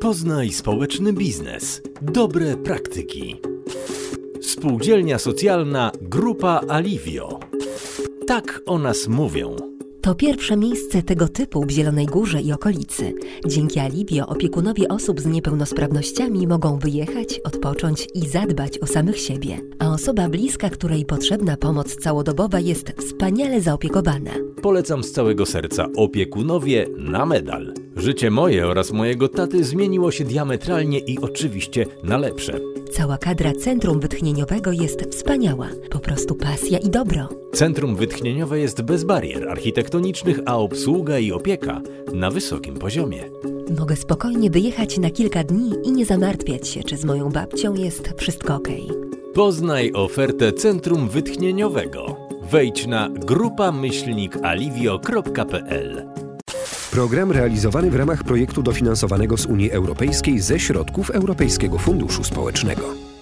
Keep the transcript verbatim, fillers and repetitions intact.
Poznaj społeczny biznes. Dobre praktyki. Spółdzielnia socjalna Grupa Alivio. Tak o nas mówią. To pierwsze miejsce tego typu w Zielonej Górze i okolicy. Dzięki Alivio opiekunowie osób z niepełnosprawnościami mogą wyjechać, odpocząć i zadbać o samych siebie. A osoba bliska, której potrzebna pomoc całodobowa, jest wspaniale zaopiekowana. Polecam z całego serca opiekunowie na medal. Życie moje oraz mojego taty zmieniło się diametralnie i oczywiście na lepsze. Cała kadra Centrum Wytchnieniowego jest wspaniała. Po prostu pasja i dobro. Centrum Wytchnieniowe jest bez barier architektonicznych, a obsługa i opieka na wysokim poziomie. Mogę spokojnie wyjechać na kilka dni i nie zamartwiać się, czy z moją babcią jest wszystko okej. Poznaj ofertę Centrum Wytchnieniowego. Wejdź na grupa myślnik alivio kropka p l. Program realizowany w ramach projektu dofinansowanego z Unii Europejskiej ze środków Europejskiego Funduszu Społecznego.